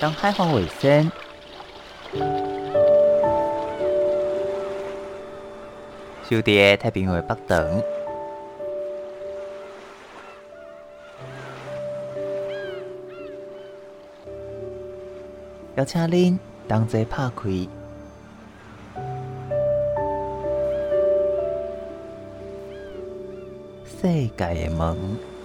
当海防卫生。收伫太平洋北长，邀请恁同齐拍开世界的门。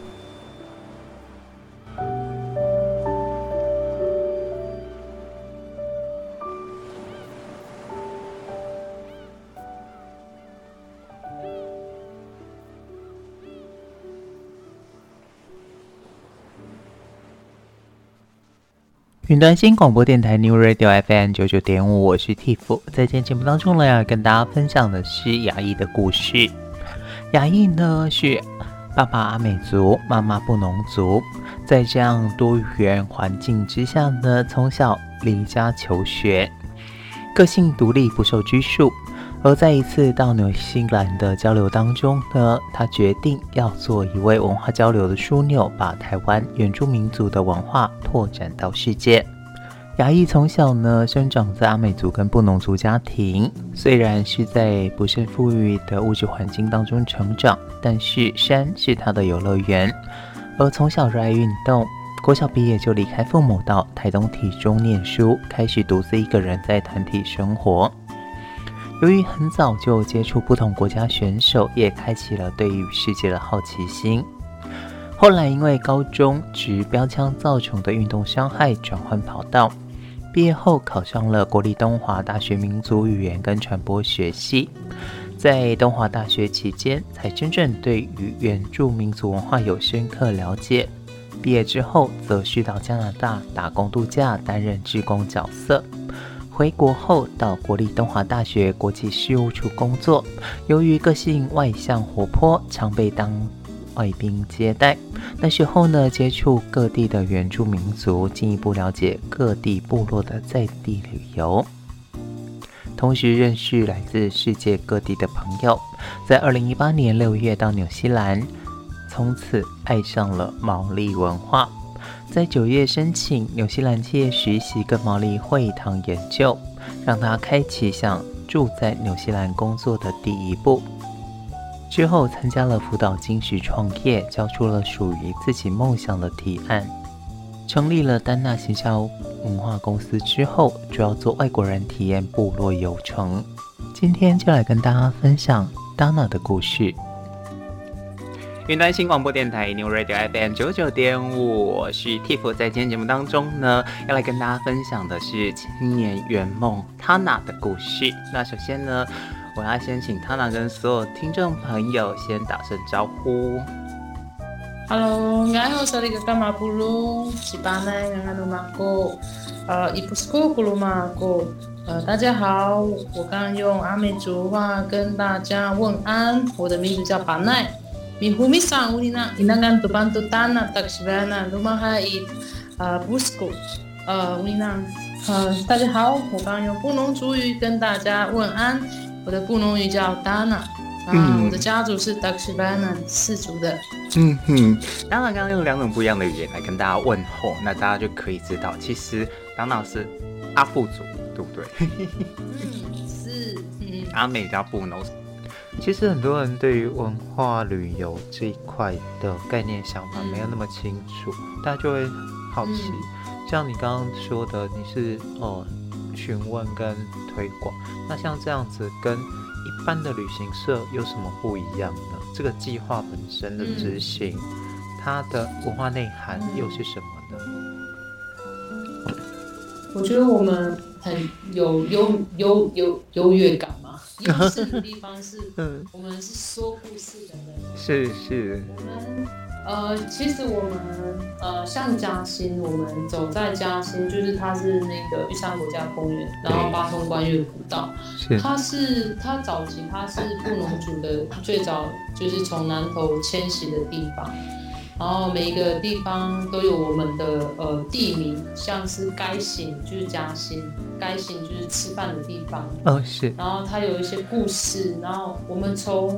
云端新广播电台 New Radio FM 99.5，我是 Tiff。在今天节目当中呢，要跟大家分享的是雅裔的故事。雅裔呢是爸爸阿美族，妈妈布农族，在这样多元环境之下呢，从小离家求学，个性独立，不受拘束。而在一次到纽西兰的交流当中呢，他决定要做一位文化交流的枢纽，把台湾原住民族的文化拓展到世界。雅裔从小呢生长在阿美族跟布农族家庭，虽然是在不甚富裕的物质环境当中成长，但是山是他的游乐园。而从小热爱运动，国小毕业就离开父母到台东体中念书，开始独自一个人在团体生活。由于很早就接触不同国家选手，也开启了对于世界的好奇心。后来因为高中持标枪造成的运动伤害，转换跑道，毕业后考上了国立东华大学民族语言跟传播学系。在东华大学期间，才真正对于原住民族文化有深刻了解。毕业之后，则是到加拿大打工度假，担任志工角色。回国后到国立东华大学国际事务处工作，由于个性外向活泼，常被当外宾接待。那时候呢，接触各地的原住民族，进一步了解各地部落的在地旅游，同时认识来自世界各地的朋友。在2018年6月到纽西兰，从此爱上了毛利文化。在9月申请纽西兰企业实习跟毛利会堂研究，让他开启想住在纽西兰工作的第一步。之后参加了辅导金石创业，交出了属于自己梦想的提案，成立了丹娜行销文化公司之后，主要做外国人体验部落游程。今天就来跟大家分享 Dana 的故事。云端新广播电台 New Radio FM 99.5，我是 Tiff。在今天节目当中呢，要来跟大家分享的是青年圆梦 Tana 的故事。那首先呢，我要先请 Tana 跟所有听众朋友先打声招呼。 Halo, ngayon sa liga kama pulu, si Panay ng ano ako, ipusko kuluma ako。大家好，我刚用阿美族话跟大家问安，我的名字叫巴奈。Mihumi-san unina inangan tubantu tanah taksibana lumahay busco unina。大家好，我刚用布农族语跟大家问安，我的布农语叫 Dana。我的家族是 Taksibana 氏族的。 当然，刚刚用2种不一样的语言来跟大家问候，那大家就可以知道，其实当然是阿富族，对不对？ 是。 阿美加布农。其实很多人对于文化旅游这一块的概念想法没有那么清楚，大家就会好奇，像你刚刚说的，你是询问跟推广，那像这样子跟一般的旅行社有什么不一样呢？这个计划本身的执行，它的文化内涵又是什么呢？ 我觉得我们很有优越感嘛。优势的地方是，我们是说故事的人。 是。 我们其实我们像嘉兴，我们走在嘉兴，就是它是那个玉山国家公园，然后八通关越古道，它早期它是布农族的最早就是从南投迁徙的地方。然后每一个地方都有我们的地名，像是该醒就是嘉兴，该醒就是吃饭的地方。 是。 然后它有一些故事，然后我们从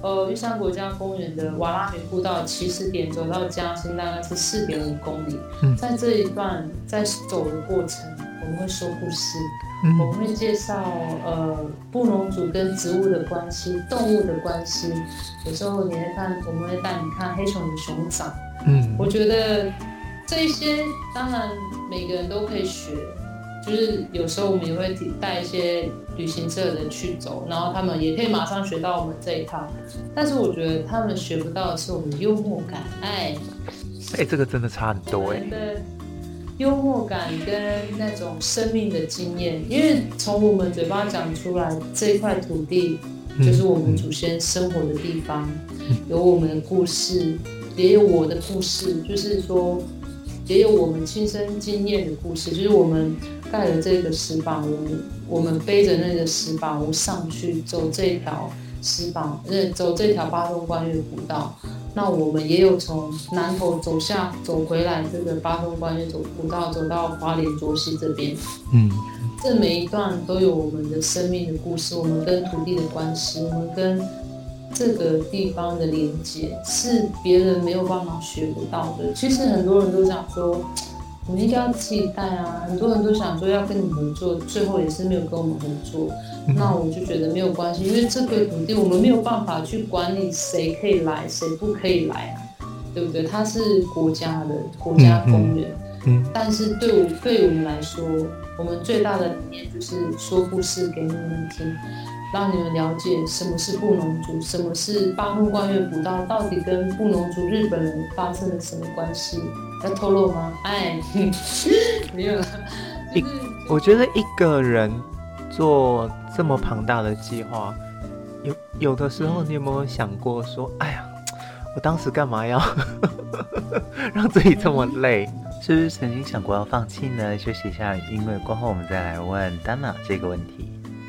玉山国家公园的瓦拉米步道起始点走到嘉兴大概是4.5公里。在这一段在走的过程，我们会说故事，我们会介绍布农族跟植物的关系、动物的关系。有时候你会看，我们会带你看黑熊的熊掌。我觉得这一些当然每个人都可以学。就是有时候我们也会带一些旅行社的人去走，然后他们也可以马上学到我们这一套。但是我觉得他们学不到的是我们的幽默感， 这个真的差很多对的，幽默感跟那种生命的经验，因为从我们嘴巴讲出来，这一块土地就是我们祖先生活的地方，有我们的故事，也有我的故事，就是说也有我们亲身经验的故事，就是我们盖了这个石板屋，我们背着那个石板屋上去走这条走这条巴东关越古道。那我们也有从南投走回来这个巴东关越古道，走到花莲卓溪这边。这每一段都有我们的生命的故事，我们跟土地的关系，我们跟这个地方的连接，是别人没有办法学得到的。其实很多人都想说，你应该要自己带啊，很多人都想说要跟你合作，最后也是没有跟我们合作。那我就觉得没有关系，因为这个土地我们没有办法去管理谁可以来，谁不可以来啊，对不对？它是国家的国家公园。但是对我们来说，我们最大的理念就是说故事给你们听，让你们了解什么是布农族，什么是巴东关越古道，到底跟布农族日本人发生了什么关系？要透露吗？没有了。 我觉得一个人做这么庞大的计划，有的时候你有没有想过说，我当时干嘛要让自己这么累？是不是曾经想过要放弃呢？休息一下音乐过后，我们再来问丹娜这个问题。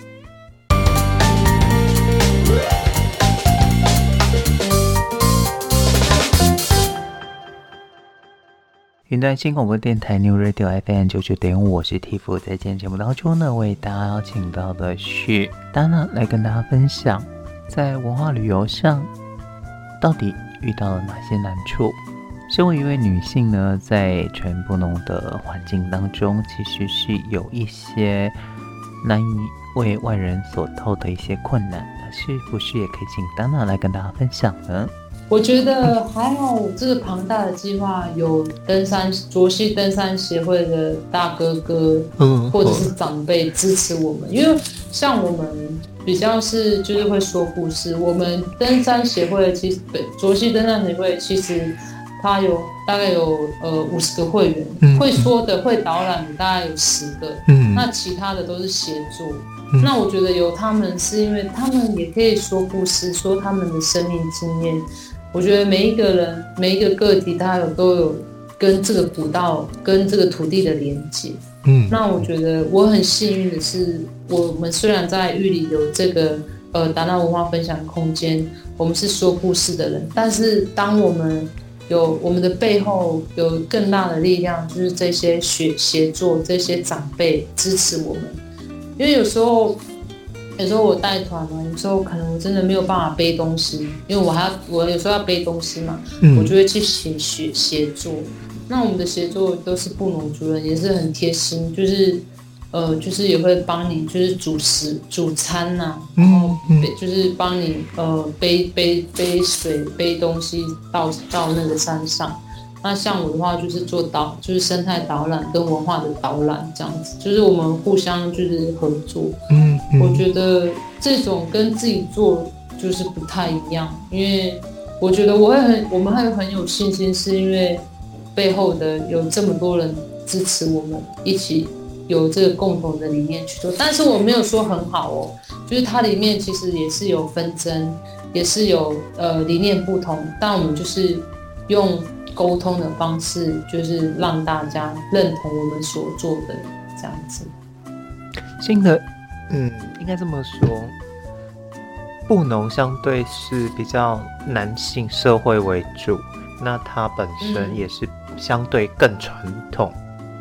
云端新广播电台 New Radio FM 99.5，我是 Tiff。在今天节目当中呢，为大家邀请到的是丹娜来跟大家分享，在文化旅游上到底遇到了哪些难处。身为一位女性呢，在全布农的环境当中，其实是有一些难以为外人所透的一些困难，是不是也可以请丹娜来跟大家分享呢？ 我觉得还好，这个庞大的计划有卓溪登山协会的大哥哥，或者是长辈支持我们，因为像我们比较就是会说故事，我们登山协会其实卓溪登山协会其实它大概有50个会员，会说的会导览的大概有10个，那其他的都是协作。那我觉得有他们是因为他们也可以说故事，说他们的生命经验。我觉得每一个人每一个个体他都有跟这个古道跟这个土地的连接。那我觉得我很幸运的是，我们虽然在玉里有这个达纳文化分享空间，我们是说故事的人，但是当我们的背后有更大的力量，就是这些协作这些长辈支持我们。因为有时候我带团嘛，有时候可能我真的没有办法背东西，因为我有时候要背东西嘛，我就会去协作。那我们的协作都是布农族人，也是很贴心，就是也会帮你就是煮餐呐，然后就是帮你背水背东西到那个山上。那像我的话就是就是生态导览跟文化的导览这样子，就是我们互相就是合作。我觉得这种跟自己做就是不太一样，因为我觉得我们会很有信心，是因为背后的有这么多人支持我们一起有这个共同的理念去做。但是我没有说很好哦，就是它里面其实也是有纷争，也是有理念不同，但我们就是用沟通的方式，就是让大家认同我们所做的这样子。 新的应该这么说，布农相对是比较男性社会为主，那它本身也是相对更传统。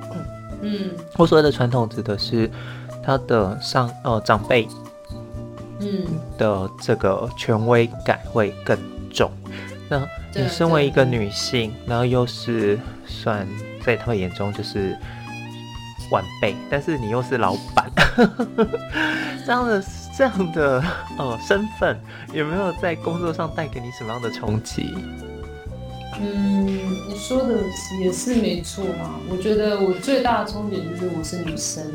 我所谓的传统指的是它的长辈的这个权威感会更重。那你身为一个女性，然后又是算在他们眼中就是晚辈，但是你又是老板，这样的身份，有没有在工作上带给你什么样的冲击？ 你说的也是没错嘛。我觉得我最大的冲击就是我是女生，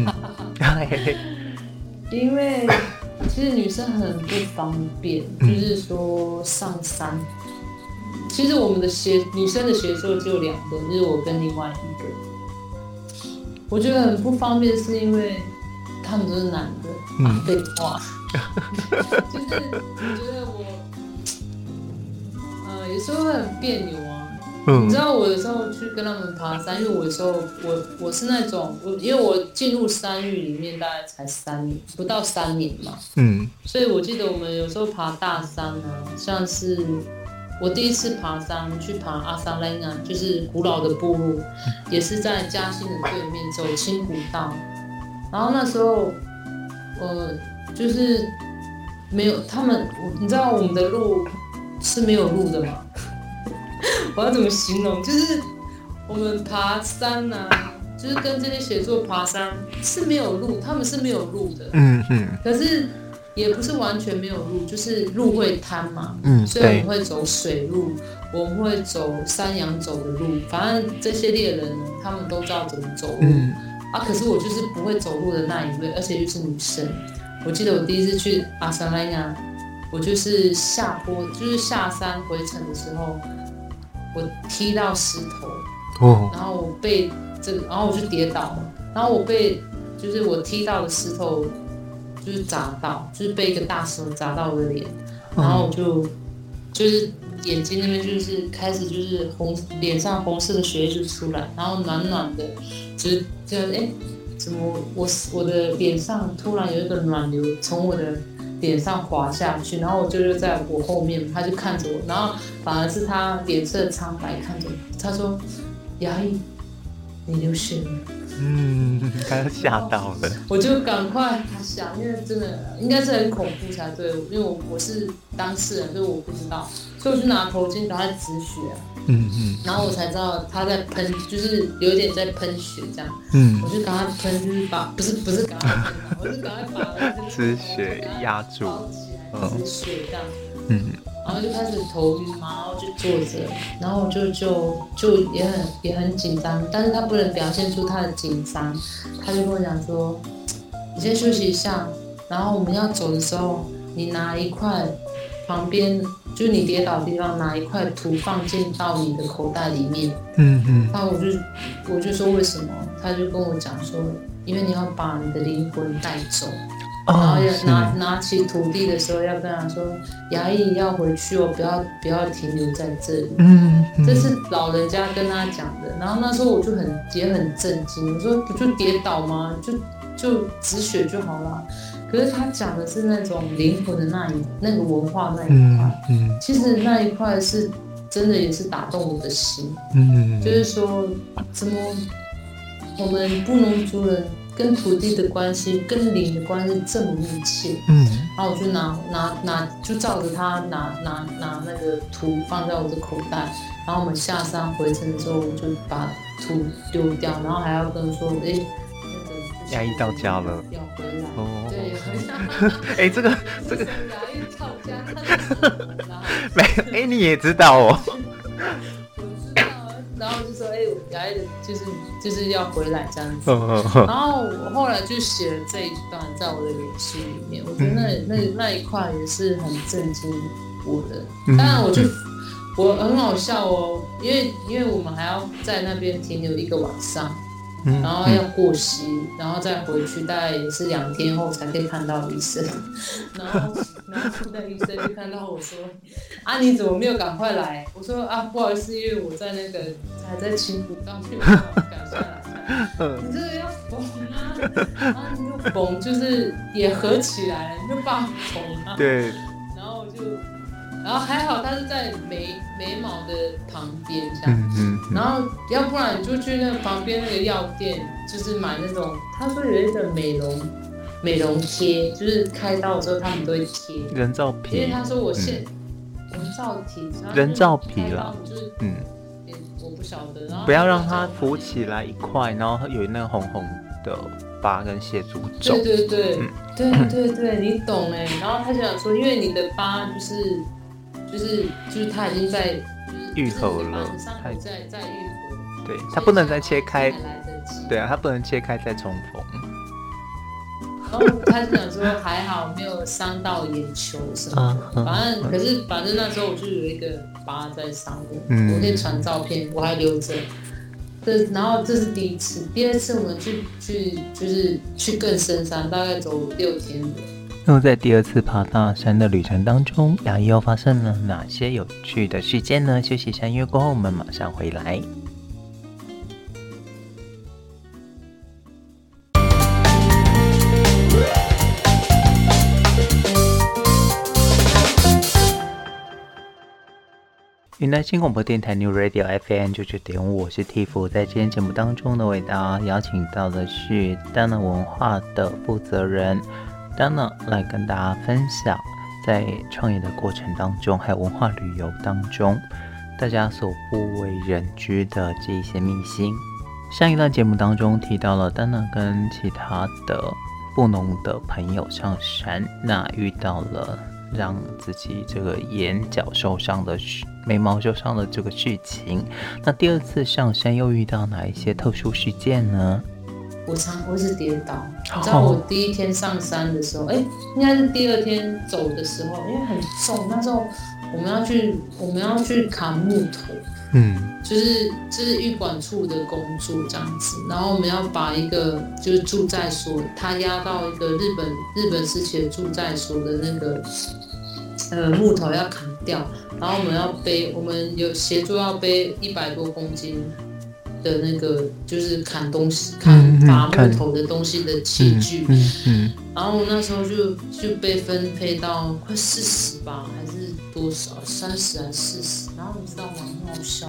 因为其实女生很不方便，就是说上山。其实我们的女生的协作只有2个，就是我跟另外一个。我觉得很不方便，是因为他们都是男的，废话。就是我觉得有时候会很别扭啊。你知道我有时候去跟他们爬山，因为我有时候我是那种因为我进入山域里面大概才3年，不到3年嘛。所以我记得我们有时候爬大山啊，像是我第一次爬山去爬阿萨莱纳，就是古老的部落，也是在嘉兴的对面走青古道。然后那时候就是没有他们，你知道我们的路是没有路的吗？我要怎么形容？就是我们爬山啊，就是跟这些协作爬山是没有路，他们是没有路的。可是也不是完全没有路，就是路会瘫嘛。所以我们会走水路，我们会走山羊走的路，反正这些猎人呢，他们都知道怎么走路。可是我就是不会走路的那一位，而且又是女生。我记得我第一次去阿萨莱纳，我就是下坡，就是下山回程的时候，我踢到石头，然后我被然后我就跌倒了，然后就是我踢到的石头就是砸到，就是被一个大石头砸到我的脸，然后我就是眼睛那边就是开始就是脸上红色的血液就出来，然后暖暖的，就是怎么我的脸上突然有一个暖流从我的脸上滑下去，然后我舅舅在我后面，他就看着我，然后反而是他脸色苍白看着我，他说：“牙医，你流血了。” 他吓到了， 我就赶快想，因为真的应该是很恐怖才对，因为我是当事人，所以我不知道，所以我就拿头巾赶快止血然后我才知道他在喷，就是有点在喷血这样。我就赶快喷，就是不是赶快喷，我是赶快把止血压住， 包起来止血这样。然后就开始头晕嘛，然后就坐着，然后就也很紧张，但是他不能表现出他的紧张，他就跟我讲说，你先休息一下，然后我们要走的时候，你拿一块旁边就是你跌倒的地方拿一块土放进到你的口袋里面。然后我就说为什么？他就跟我讲说，因为你要把你的灵魂带走。然后要拿起土地的时候，要跟他说：“衙役要回去哦，不要停留在这里。”这是老人家跟他讲的。然后那时候我就也很震惊，我说：“不就跌倒吗？就止血就好了。”可是他讲的是那种灵魂的那个文化那一块，其实那一块是真的也是打动我的心。就是说，怎么我们布农族人跟土地的关系，跟灵的关系这么密切。然后我就就照着他拿那个土放在我的口袋。然后我们下山回程的时候，我就把土丢掉，然后还要跟他说， 衙役到家了， 要回来。对， 这个衙役到家， 没你也知道哦。 然后就说，我衙役的就是要回来这样子。然后我后来就写了这一段在我的脸书里面，我觉得那一块也是很震惊我的。当然我很好笑哦，因为我们还要在那边停留1个晚上，然后要过溪，然后再回去，大概也是2天后才可以看到医生。然后那医生就看到我说：“你怎么没有赶快来？”我说：“不好意思，因为我在那个还在青浦上面赶下来。你这个要缝啊，你就缝，就是也合起来了，你就把它缝啊。”对。然后还好他是在眉毛的旁边这样，然后要不然你就去那个旁边那个药店，就是买那种他说有一个美容美容贴，就是开刀的时候他们都会贴人造皮， 因为他说我人造皮啦， 我不晓得，然后不要让它浮起来一块，然后有那个红红的疤跟血肿。 对，你懂哎。然后他就想说，因为你的疤就是它已经在愈合了， 它在愈合， 对，它不能再切开，对啊，它不能切开再重缝。 然后他就想说还好没有伤到眼球什么的，反正那时候我就有一个疤在上面，我可以传照片，我还留着。然后这是第一次，第二次我们就是去更深山，大概走6天。 那么在第二次爬大山的旅程当中，雅一又发生了哪些有趣的事件呢？休息一下音乐过后，我们马上回来。云南新广播电台 New Radio FM 99.5，我是 Tiff。在今天节目当中呢，为大家邀请到的是 Dana 文化的负责人 Dana 来跟大家分享，在创业的过程当中，还有文化旅游当中，大家所不为人知的这一些秘辛。上一段节目当中提到了 Dana 跟其他的布农的朋友上山，那遇到了让自己这个眼角受伤的眉毛受伤的这个事情。那第二次上山又遇到哪一些特殊事件呢？ 我一直跌倒，你知道我第一天上山的时候，应该是第二天走的时候，因为很重，那时候我们要去砍木头，就是预管处的工作这样子，然后我们要把一个就是住宅所，它压到一个日本时期的住宅所的那个木头要砍掉，然后我们有协助要背100多公斤的那个就是砍东西伐木头的东西的器具，然后我那时候就被分配到快40吧，还是多少30还是40，然后你知道吗？很好笑。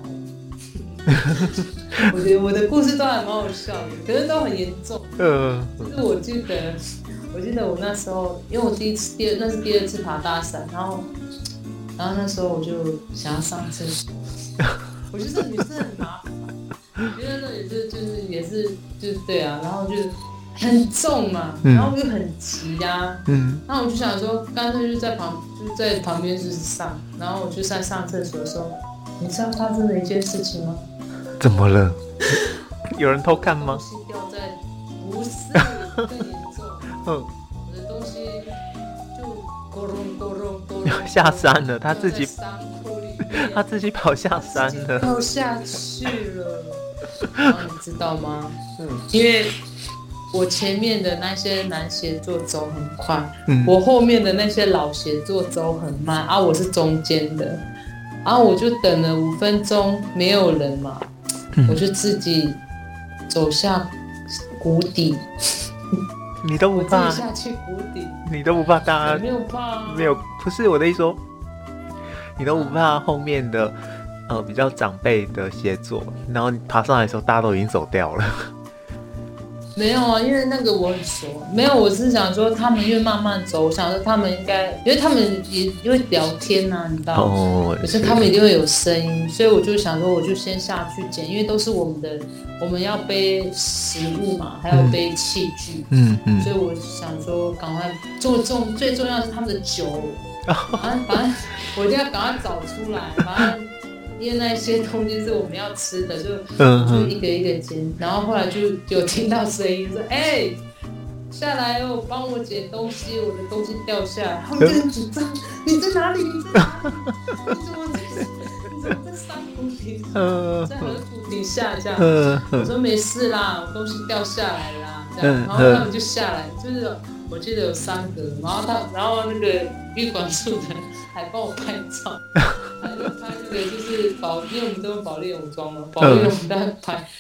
我觉得我的故事都还蛮好笑的，可是都很严重。就是我记得我那时候，因为我那是第二次爬大山，然后那时候我就想要上厕所，我觉得女生很麻烦，因为那也是对啊，然后就很重嘛，然后又很急啊，然后我就想说，干脆就在旁边就是上，然后我就在上厕所的时候，你知道发生了一件事情吗？ 怎么了？有人偷看吗？ 东西掉在，不是更严重。我的东西就咕隆下山了，他自己跑下山了， 掉下去了。然后你知道吗？因为我前面的那些男协作走很快，我后面的那些老协作走很慢啊，我是中间的，然后我就等了5分钟，没有人嘛。我就自己走下谷底， 你都不怕？ 我自己下去谷底， 你都不怕？大家没有怕啊， 没有，不是我的意思说，你都不怕后面的比较长辈的协作，然后你爬上来的时候，大家都已经走掉了。 没有啊，因为那个我很熟。没有，我是想说他们因为慢慢走，我想说他们应该，因为他们也会聊天啊，你知道吗？可是他们一定会有声音，所以我就想说，我就先下去捡，因为都是我们要背食物嘛，还要背器具，所以我想说赶快最重要是他们的酒，反正我一定要赶快找出来，反正。因为那些东西是我们要吃的，就一个一个捡，然后后来就有听到声音说：“下来哦，帮我捡东西，我的东西掉下来。”他们就很紧张，你在哪里？你怎么在山谷底？在河谷底下这样？我说没事啦，我东西掉下来啦，这样，然后他们就下来，就是我记得有3个，然后那个预管处的还帮我拍照。拍那个就是因为我们都用保丽龙装嘛，保丽龙在拍，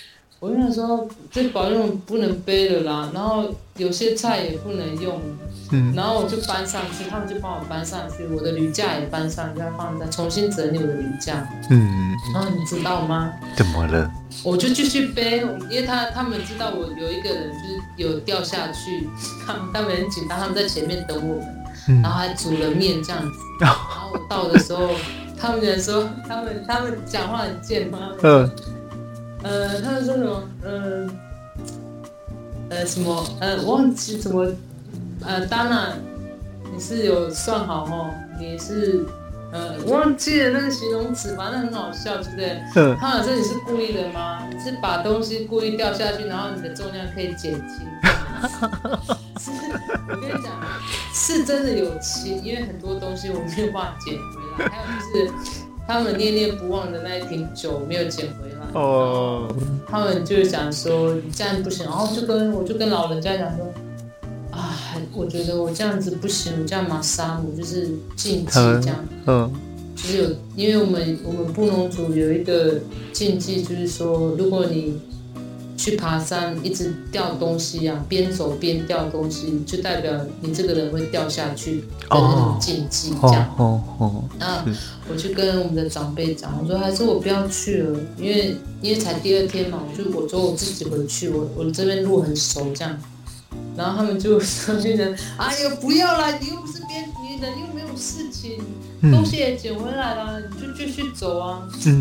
我跟他说，这保丽龙不能背了啦，然后有些菜也不能用，然后我就搬上去，他们就帮我搬上去，我的铝架也搬上去，再重新整理我的铝架。然后你知道吗？ 怎么了？ 我就继续背，因为他们知道我有一个人就是有掉下去，他们很紧张，他们在前面等我们，然后还煮了面这样子。然后我到的时候，他们人说他们讲话很贱吗？他们说什么？什么？忘记什么？当然你是有算好哦，你是。忘记了那个形容词，反正很好笑，对不对？他们说你是故意的吗？你是把东西故意掉下去，然后你的重量可以减轻。我跟你讲，是真的有轻，因为很多东西我没有办法捡回来。还有就是他们念念不忘的那一瓶酒没有捡回来。他们就想说你这样不行，然后我就跟老人家讲说。我觉得我这样子不行，我这样马杀姆就是禁忌这样，就是因为我们布农族有一个禁忌，就是说如果你去爬山一直掉东西啊，边走边掉东西，就代表你这个人会掉下去的那种禁忌这样。那我就跟我们的长辈讲，我说还是我不要去了，因为才第2天嘛，我说我自己回去，我这边路很熟这样。然后他们就上去人，哎呦不要啦，你又不是你人又没有事情，东西也捡回来了，你就继续走啊。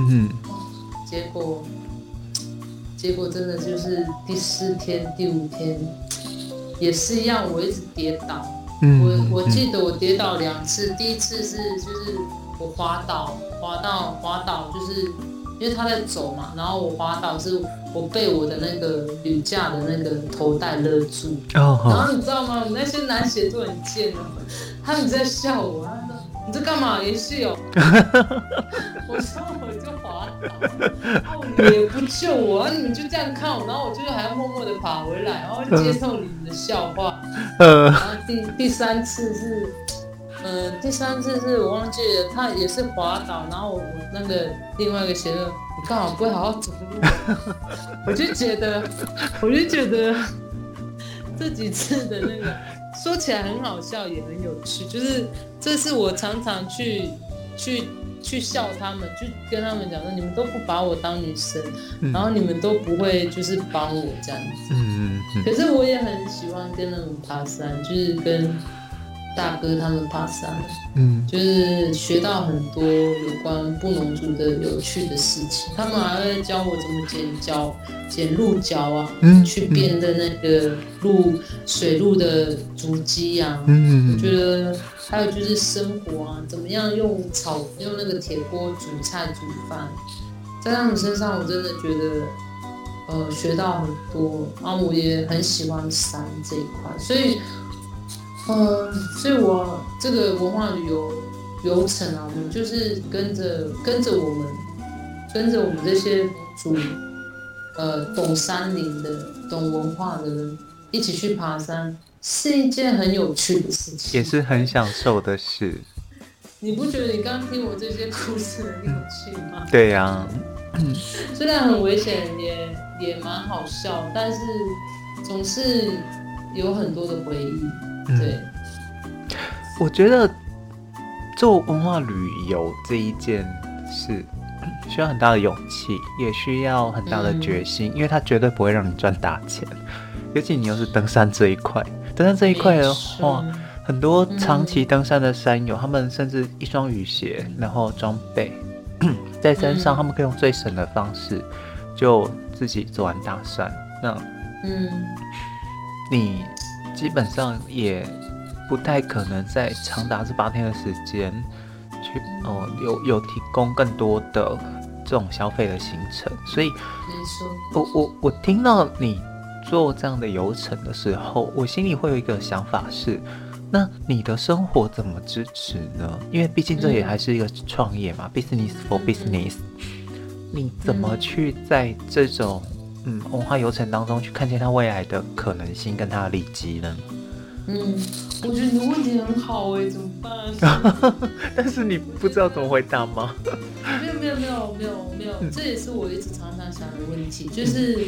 结果真的就是第4天、第5天也是一样，我一直跌倒。我记得我跌倒2次，第一次是就是我滑倒，就是因为他在走嘛，然后我滑倒是我被我的那个铝架的那个头带勒住，然后你知道吗？我们那些男血都很贱哦，他们在笑我，他说你这干嘛连续哦？我说我就滑倒，然后你们也不救我，你们就这样看我，然后我就还要默默的爬回来，然后接受你们的笑话。然后第3次是。第3次是我忘记了，他也是滑倒，然后我那个另外一个学生，你干嘛不会好好走路？我就觉得这几次的那个说起来很好笑，也很有趣，就是这是我常常去笑他们，就跟他们讲说，你们都不把我当女生，然后你们都不会就是帮我这样子。可是我也很喜欢跟他们爬山，就是跟大哥他们爬山，就是学到很多有关布农族的有趣的事情。他们还会教我怎么剪鹿角啊，去编的那个水鹿的足迹啊。我觉得还有就是生活啊，怎么样用那个铁锅煮菜煮饭，在他们身上我真的觉得学到很多，然后我也很喜欢山这一块，所以我这个文化旅游流程啊，我们就是跟着我们这些族懂山林的、懂文化的人一起去爬山，是一件很有趣的事情， 也是很享受的事。 你不觉得你刚刚听我这些故事很有趣吗？ 对呀， 虽然很危险，也蛮好笑，但是总是有很多的回忆。对， 我觉得做文化旅游这一件事需要很大的勇气，也需要很大的决心，因为它绝对不会让你赚大钱。尤其你又是登山这一块的话，很多长期登山的山友，他们甚至一双雨鞋，然后装备在山上，他们可以用最省的方式就自己走完大山。那你基本上也不太可能在长达这8天的时间去有提供更多的这种消费的行程，所以我听到你做这样的游程的时候，我心里会有一个想法是，那你的生活怎么支持呢？因为毕竟这也还是一个创业嘛，business for business，你怎么去在这种文化游程当中去看见它未来的可能性跟它的利基呢？ 我觉得你的问题很好怎么办？ 但是你不知道怎么回答吗？ 没有，这也是我一直常常想的问题，就是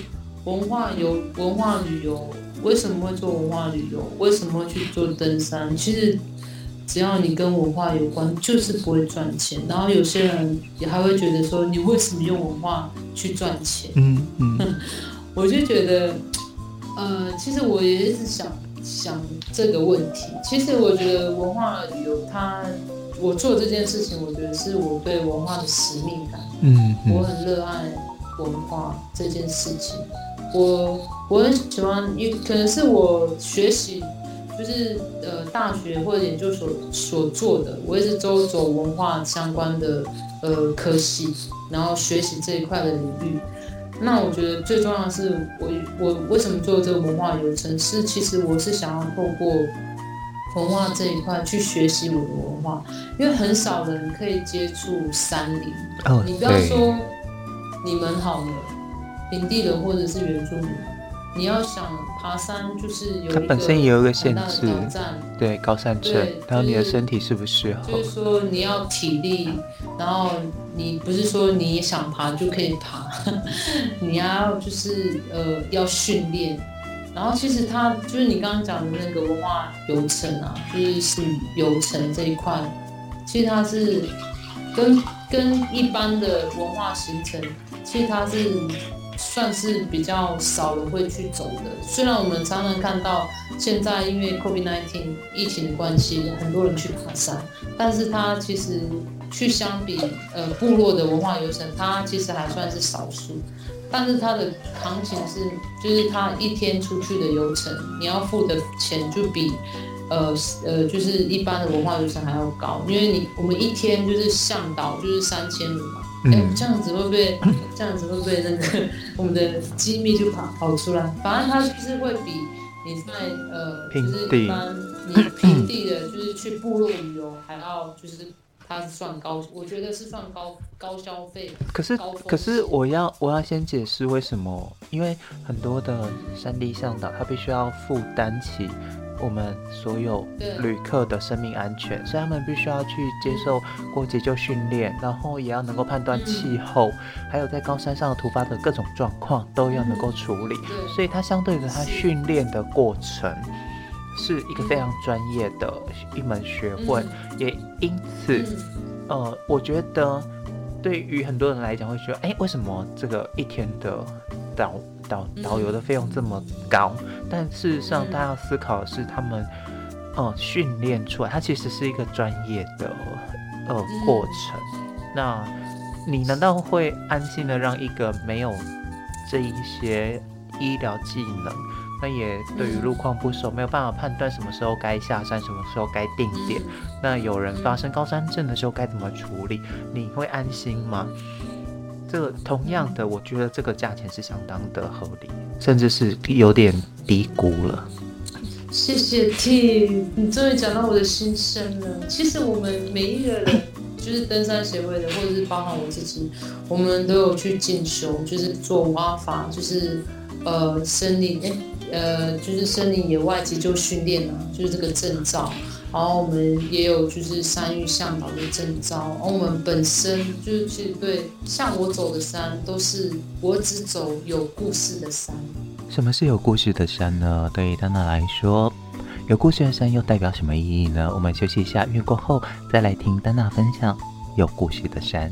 文化旅游，为什么会做文化旅游？为什么会去做登山？其实只要你跟文化有关，就是不会赚钱。然后有些人也还会觉得说，你为什么用文化去赚钱？我就觉得，其实我也一直想这个问题。其实我觉得文化旅游我做这件事情，我觉得是我对文化的使命感。我很热爱文化这件事情。我很喜欢，可能是我学习，就是大学或者研究所所做的，我一直都走文化相关的科系，然后学习这一块的领域。那我觉得最重要的是我为什么做这个文化游程，是其实我是想要透过文化这一块去学习我的文化，因为很少人可以接触山林。你不要说你们好了，平地人或者是原住民，你要想爬山，就是有一个它本身也有一个限制，对，高山症，然后你的身体适不适合？ 就是说你要体力，然后你不是说你想爬就可以爬，你要就是要训练。然后其实它就是你刚刚讲的那个文化游程啊，就是游程这一块，其实它是跟一般的文化行程，其实它是算是比较少人会去走的。虽然我们常常看到现在因为 COVID-19 疫情的关系，很多人去爬山，但是它其实去相比部落的文化游程，它其实还算是少数。但是它的行情就是它一天出去的游程，你要付的钱就比就是一般的文化游程还要高，因为我们一天就是向导就是3000嘛，这样子会不会那个我们的机密就跑出来？反正它就是会比你在就是一般你平地的，就是去部落旅游还要就是。它是算高，我觉得是算高消费。 可是我要先解释为什么，因为很多的山地向导他必须要负担起我们所有旅客的生命安全，所以他们必须要去接受过急救训练，然后也要能够判断气候，还有在高山上突发的各种状况都要能够处理，所以它相对的它训练的过程是一个非常专业的一门学问，也因此，我觉得对于很多人来讲会觉得，为什么这个一天的导游的费用这么高？但事实上，大家要思考的是，他们训练出来，它其实是一个专业的过程。那你难道会安心的让一个没有这一些医疗技能？那也对于路况不熟，没有办法判断什么时候该下山，什么时候该定点。那有人发生高山症的时候该怎么处理？你会安心吗？这个同样的，我觉得这个价钱是相当的合理，甚至是有点低估了。 谢谢 T， 你终于讲到我的心声了。其实我们每一个人，就是登山协会的，或者是包含我自己，我们都有去进修，就是做挖法，就是森林就是森林野外急救训练啊，就是这个证照。然后我们也有就是山域向导的证照。然后我们本身就是其实对，像我走的山都是我只走有故事的山。 什么是有故事的山呢？对于丹娜来说，有故事的山又代表什么意义呢？我们休息一下，音乐过后再来听丹娜分享有故事的山。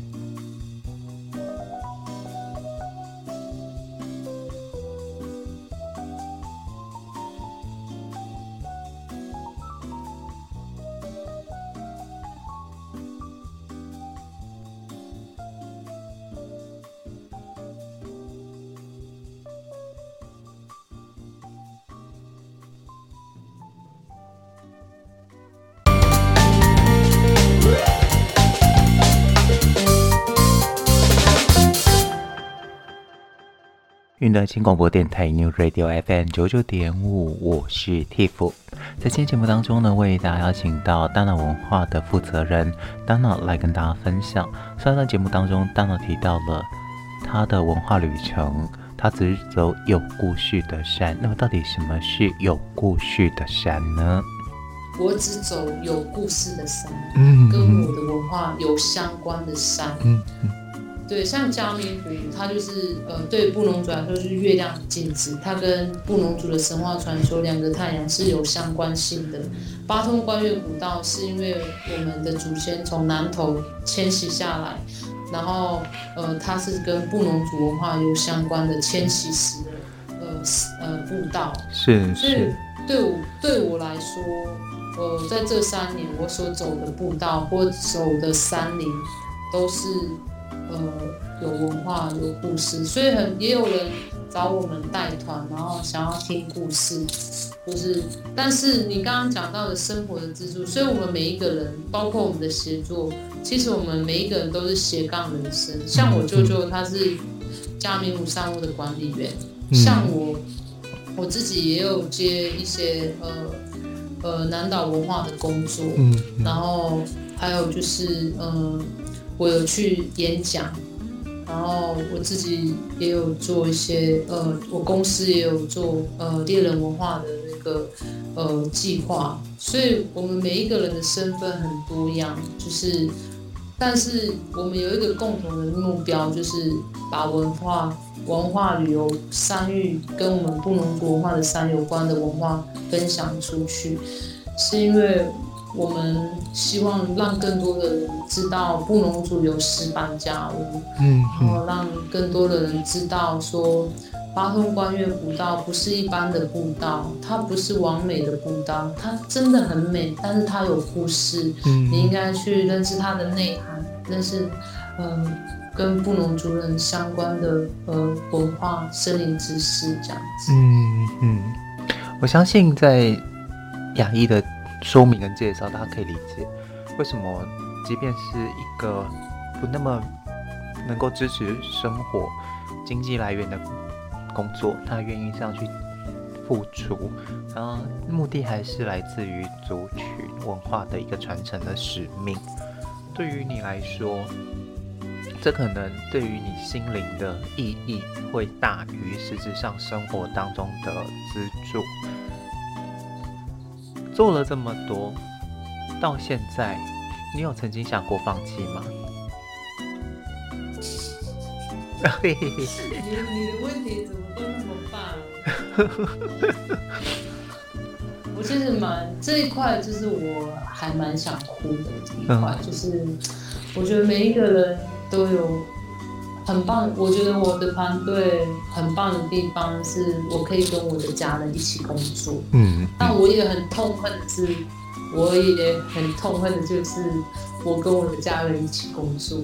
云端新广播电台 New Radio FM 99.5，我是 Tiff。在今天节目当中呢，为大家邀请到大脑文化的负责人 Dana 来跟大家分享。上段节目当中 ，Dana 提到了他的文化旅程，他只是走有故事的山。那么，到底什么是有故事的山呢？ 我只走有故事的山，跟我的文化有相关的山。对， 对，像嘉明湖，它就是对布农族来说是月亮的镜子，它跟布农族的神话传说两个太阳是有相关性的。八通关越古道是因为我们的祖先从南投迁徙下来，然后它是跟布农族文化有相关的迁徙时的步道。 是。 所以对我来说，在这3年我所走的步道或走的山林都是有文化有故事，所以也有人找我们带团，然后想要听故事，但是你刚刚讲到的生活的支柱，所以我们每一个人，包括我们的协作，其实我们每一个人都是斜杠人生。像我舅舅他是嘉明湖山屋的管理员，像我自己也有接一些南岛文化的工作，然后还有就是我有去演讲，然后我自己也有做一些我公司也有做猎人文化的那个计划，所以我们每一个人的身份很多样，但是我们有一个共同的目标，就是把文化旅游山域跟我们布农族文化的山有关的文化分享出去，是因为我们希望让更多的人知道布农族有石板家屋，然后让更多的人知道说八通关越古道不是一般的步道，它不是完美的步道，它真的很美，但是它有故事，你应该去认识它的内涵，认识跟布农族人相关的文化森林知识这样子。 我相信在雅艺的说明跟介绍，大家可以理解为什么即便是一个不那么能够支持生活经济来源的工作，他愿意这样去付出，然后目的还是来自于族群文化的一个传承的使命。对于你来说，这可能对于你心灵的意义会大于实质上生活当中的资助。做了这么多，到现在，你有曾经想过放弃吗？ 你的问题怎么都那么棒？我其实这一块，就是我还蛮想哭的这一块，就是我觉得每一个人都有很棒，我觉得我的团队很棒的地方是我可以跟我的家人一起工作，但我也很痛恨的就是我跟我的家人一起工作，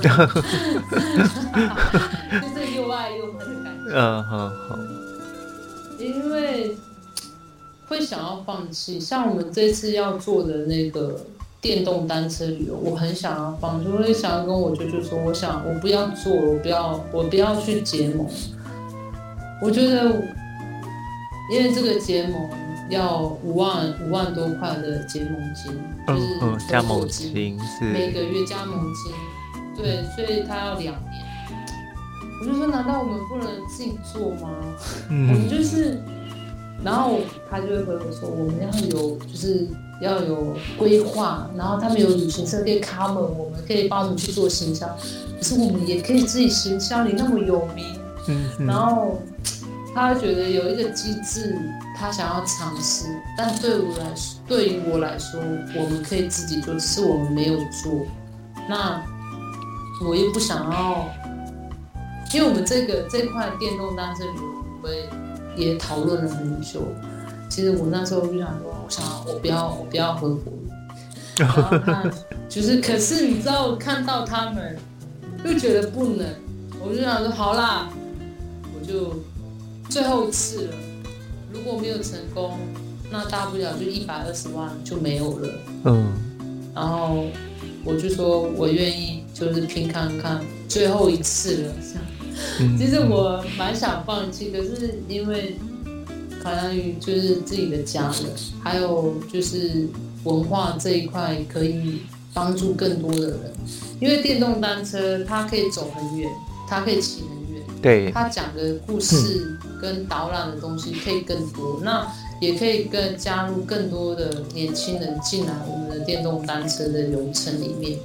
就是又爱又恨的感觉。因为会想要放弃，像我们这次要做的那个电动单车旅游，我很想要放弃，我会想要跟我舅舅说，我不要做了，我不要去结盟。我觉得，因为这个结盟要5万多块的结盟金，就是加盟金是每个月加盟金，对，所以他要2年。我就说，难道我们不能自己做吗？我们就是，然后他就会回我说，我们要有规划，然后他们有旅行社可以 cover， 我们可以帮我们去做行销，可是我们也可以自己行销，你那么有名，然后他觉得有一个机制，他想要尝试，但对于我来说，我们可以自己做，只是我们没有做。那我又不想要，因为我们这块电动单车旅游，我们也讨论了很久。其实我那时候就想说，我不要合伙，然后可是你知道，看到他们又觉得不能，我就想说，好啦，我就最后一次了，如果没有成功，那大不了就120万就没有了。然后我就说我愿意，就是拼看看，最后一次了。其实我蛮想放弃，可是因为考量于就是自己的家人，还有就是文化这一块可以帮助更多的人，因为电动单车它可以走很远，它可以骑很远， 对， 它讲的故事跟导览的东西可以更多，那也可以加入更多的年轻人进来我们的电动单车的流程里面。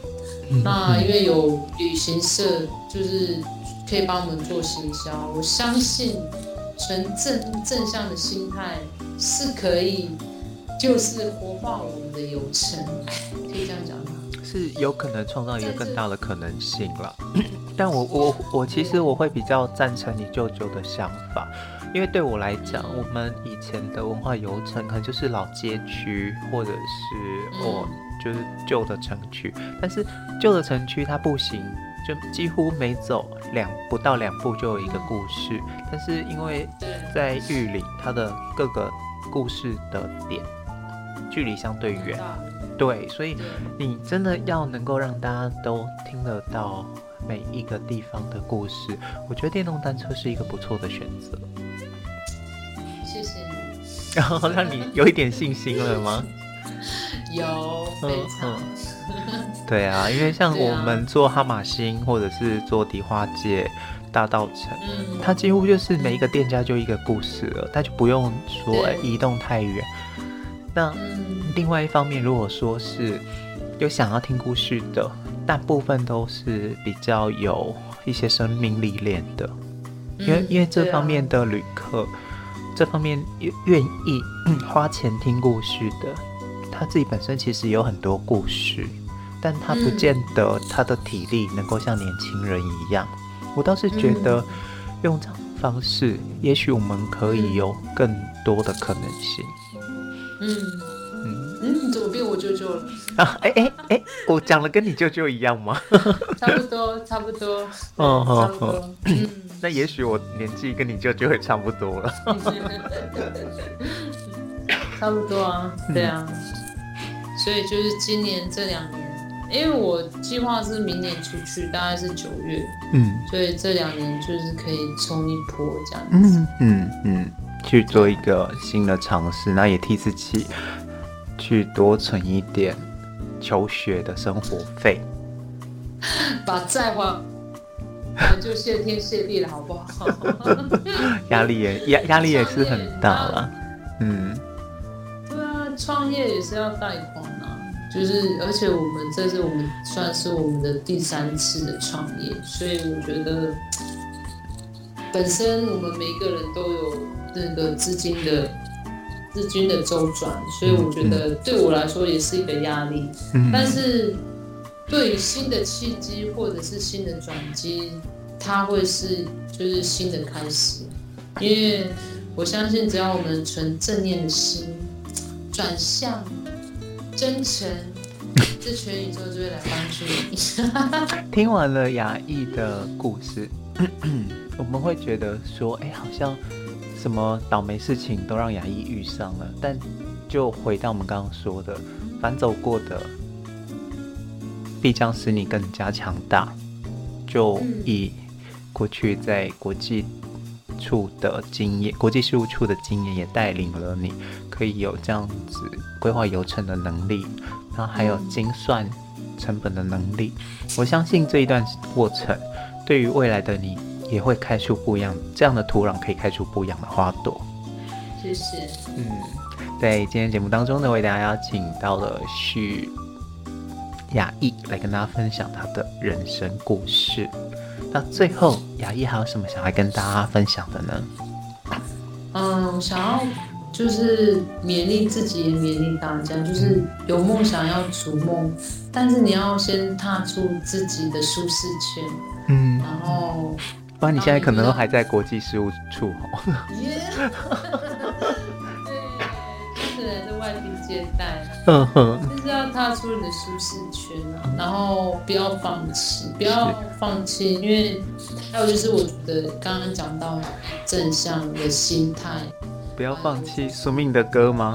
那因为有旅行社，就是可以帮我们做行销，我相信纯正向的心态是可以，就是活化我们的游程，可以这样讲吗？ 是有可能创造一个更大的可能性了。但我其实我会比较赞成你舅舅的想法，因为对我来讲，我们以前的文化游程可能就是老街区，或者是就是旧的城区，但是旧的城区它步行就几乎每走不到2步就有一个故事，但是因为在玉里，它的各个故事的点距离相对远，对，所以你真的要能够让大家都听得到每一个地方的故事，我觉得电动单车是一个不错的选择。 谢谢你， 然后让你有一点信心了吗？ 有，非常。 对啊，因为像我们做哈马星或者是做迪化街、大稻埕，它几乎就是每一个店家就一个故事了，它就不用说移动太远。那另外一方面，如果说是有想要听故事的，大部分都是比较有一些生命历练的，因为这方面的旅客，这方面愿意花钱听故事的，他自己本身其实有很多故事，但他不见得他的体力能够像年轻人一样。我倒是觉得用这样的方式，也许我们可以有更多的可能性。 怎么变我舅舅了？ 我讲的跟你舅舅一样吗？ 差不多。差不多。 那也许我年纪跟你舅舅会差不多了。 差不多啊，对啊。所以就是今年这2年，因为我计划是明年出去，大概是9月，所以这2年就是可以冲一波这样子。 去做一个新的尝试，那也替自己去多存一点求学的生活费， 把债还就谢天谢地了，好不好？ 压力也是很大了。 对啊，创业也是要贷款啊，就是而且这是我们算是我们的第3次的创业，所以我觉得本身我们每一个人都有那个资金的周转，所以我觉得对我来说也是一个压力。但是对于新的契机或者是新的转机，它会是就是新的开始，因为我相信只要我们存正念的心，转向真诚，这全宇宙就会来帮助你。 听完了雅艺的故事，我们会觉得说，好像什么倒霉事情都让雅艺遇上了，但就回到我们刚刚说的，反走过的必将使你更加强大。就以过去在国际处的经验，国际事务处的经验也带领了你可以有这样子规划游程的能力，然后还有精算成本的能力。我相信这一段过程对于未来的你也会开出不一样，这样的土壤可以开出不一样的花朵。 谢谢。 在今天节目当中呢，为大家邀请到了许雅艺来跟大家分享她的人生故事。那最后雅艺还有什么想要跟大家分享的呢？ 想要就是勉励自己，也勉励大家，就是有梦想要逐梦，但是你要先踏出自己的舒适圈。然后不然你现在可能都还在国际事务处对，就是还在外地接待，就是要踏出你的舒适圈啊，然后不要放弃，因为还有就是我觉得刚刚讲到正向的心态。 不要放弃宿命的歌吗？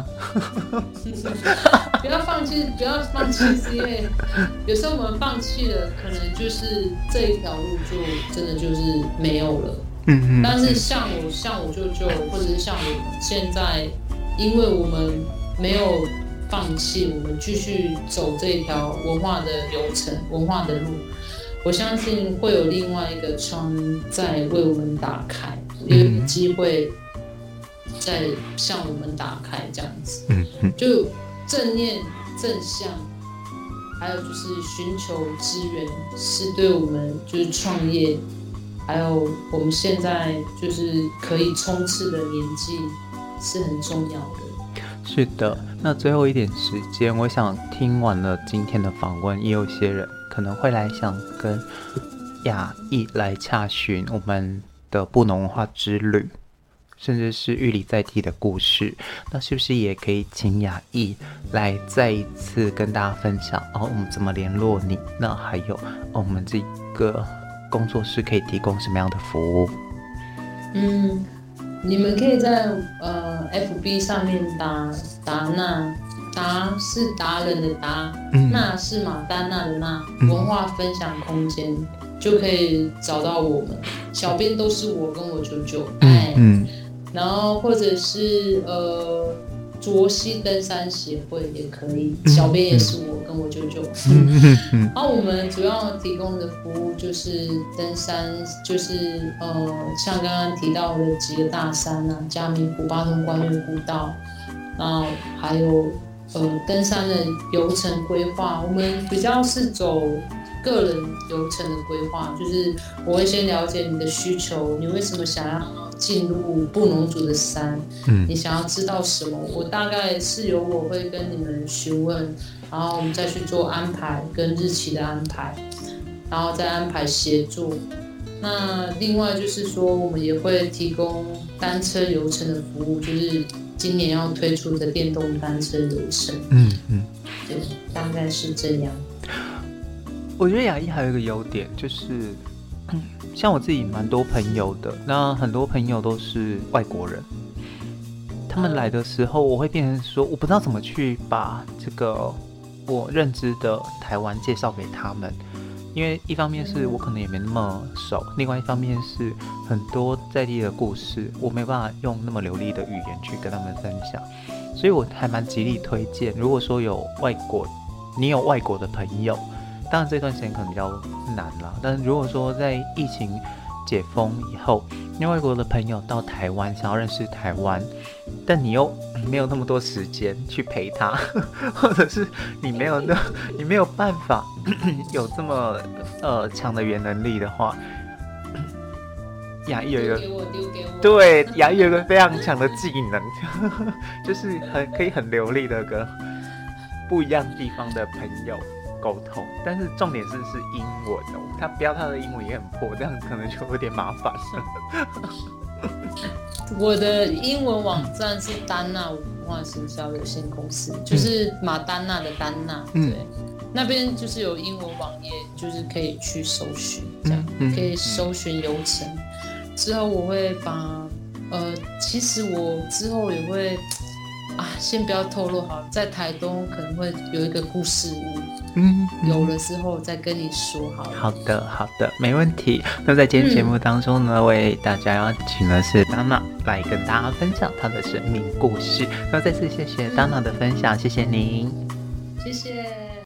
不要放弃，是因为有时候我们放弃了，可能就是这一条路就真的就是没有了。但是像我舅舅，或者是像我现在，因为我们没有放弃，我们继续走这一条文化的流程、文化的路，我相信会有另外一个窗在为我们打开，有机会在向我们打开这样子。就正念正向， 还有就是寻求资源，是对我们就是创业，还有我们现在就是可以冲刺的年纪是很重要的。 是的，那最后一点时间，我想听完了今天的访问，也有些人可能会来想跟雅艺来洽询我们的布农文化之旅，甚至是玉里在地的故事。那是不是也可以请雅艺来再一次跟大家分享我们怎么联络你？那还有我们这个工作室可以提供什么样的服务？ 你们可以在FB 上面打那，达是达人的达，那是马丹娜的那，文化分享空间，就可以找到我们。小编都是我跟我舅舅，然后或者是卓溪登山协会也可以，小编也是我跟我舅舅。然后我们主要提供的服务就是登山，就是像刚刚提到的几个大山啊，嘉明湖、八通关岳古道，然后还有登山的流程规划，我们比较是走个人流程的规划，就是我会先了解你的需求，你为什么想要进入布农族的山，你想要知道什么，我大概是由我会跟你们询问，然后我们再去做安排跟日期的安排，然后再安排协助。那另外就是说我们也会提供单车流程的服务，就是今年要推出的电动单车流程。对，大概是这样。 我觉得雅艺还有一个优点就是像我自己蛮多朋友的，那很多朋友都是外国人，他们来的时候我会变成说我不知道怎么去把这个我认知的台湾介绍给他们，因为一方面是我可能也没那么熟，另外一方面是很多在地的故事我没办法用那么流利的语言去跟他们分享，所以我还蛮极力推荐，如果说你有外国的朋友，当然这段时间可能比较难啦，但如果说在疫情解封以后，你有外国的朋友到台湾想要认识台湾，但你又没有那么多时间去陪他，或者是你没有办法有这么强的语言能力的话，雅艺有一个对雅艺有一个非常强的技能，就是可以很流利的跟不一样地方的朋友沟通，但是重点是英文哦，他标他的英文也很破，这样可能就有点麻烦了。 我的英文网站是丹娜文化行销有限公司，就是马丹娜的丹娜，对，那边就是有英文网页，就是可以去搜寻，这样可以搜寻流程。之后我会把其实我之后也会先不要透露好，在台东可能会有一个故事屋，有了之后再跟你说好了。好的，没问题。那在今天节目当中呢，为大家邀请的是丹娜来跟大家分享她的生命故事。那再次谢谢丹娜的分享，谢谢您，谢谢。